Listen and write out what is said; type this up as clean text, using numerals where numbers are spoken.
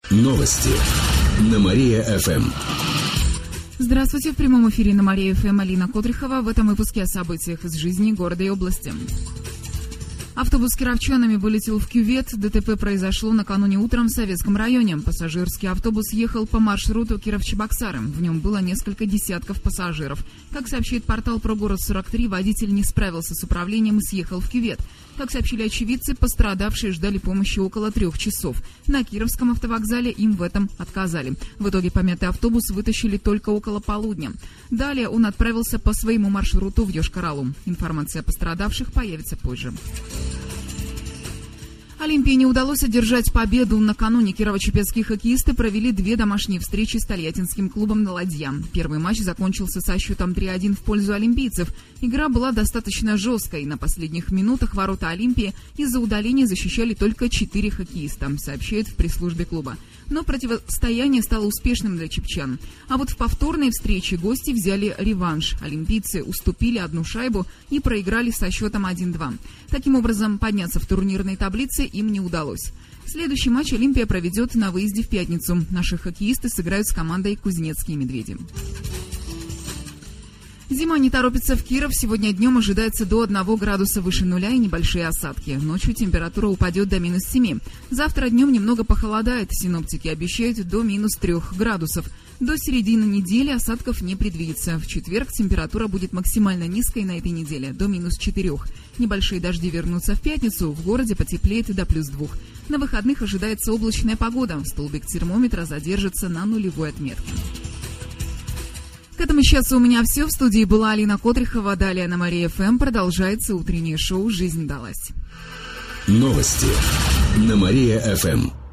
Новости на Мария-ФМ. Здравствуйте, в прямом эфире на Мария-ФМ Алина Котрихова. В этом выпуске о событиях из жизни города и области. Автобус с кировчанами вылетел в кювет. ДТП произошло накануне утром в Советском районе. Пассажирский автобус ехал по маршруту Кирово-Чебоксары. В нем было несколько десятков пассажиров. Как сообщает портал «Прогород-43», водитель не справился с управлением и съехал в кювет. Как сообщили очевидцы, пострадавшие ждали помощи около 3 часов. На Кировском автовокзале им в этом отказали. В итоге помятый автобус вытащили только около полудня. Далее он отправился по своему маршруту в Йошкар-Олу. Информация о пострадавших появится позже. Олимпии не удалось одержать победу. Накануне кирово-чепецкие хоккеисты провели 2 домашние встречи с тольяттинским клубом «Ладья». Первый матч закончился со счетом 3-1 в пользу олимпийцев. Игра была достаточно жесткой. На последних минутах ворота Олимпии из-за удаления защищали только 4 хоккеиста, сообщают в пресс-службе клуба. Но противостояние стало успешным для чепчан. А вот в повторной встрече гости взяли реванш. Олимпийцы уступили 1 шайбу и проиграли со счетом 1-2. Таким образом, подняться в турнирной таблице им не удалось. Следующий матч Олимпия проведет на выезде в пятницу. Наши хоккеисты сыграют с командой «Кузнецкие медведи». Зима не торопится в Киров. Сегодня днем ожидается до 1 градуса выше нуля и небольшие осадки. Ночью температура упадет до -7. Завтра днем немного похолодает. Синоптики обещают до -3 градусов. До середины недели осадков не предвидится. В четверг температура будет максимально низкой на этой неделе, до -4. Небольшие дожди вернутся в пятницу. В городе потеплеет до +2. На выходных ожидается облачная погода. Столбик термометра задержится на нулевой отметке. К этому часу у меня все. В студии была Алина Котрихова. Далее на Мария-ФМ продолжается утреннее шоу «Жизнь далась». Новости на Мария-ФМ.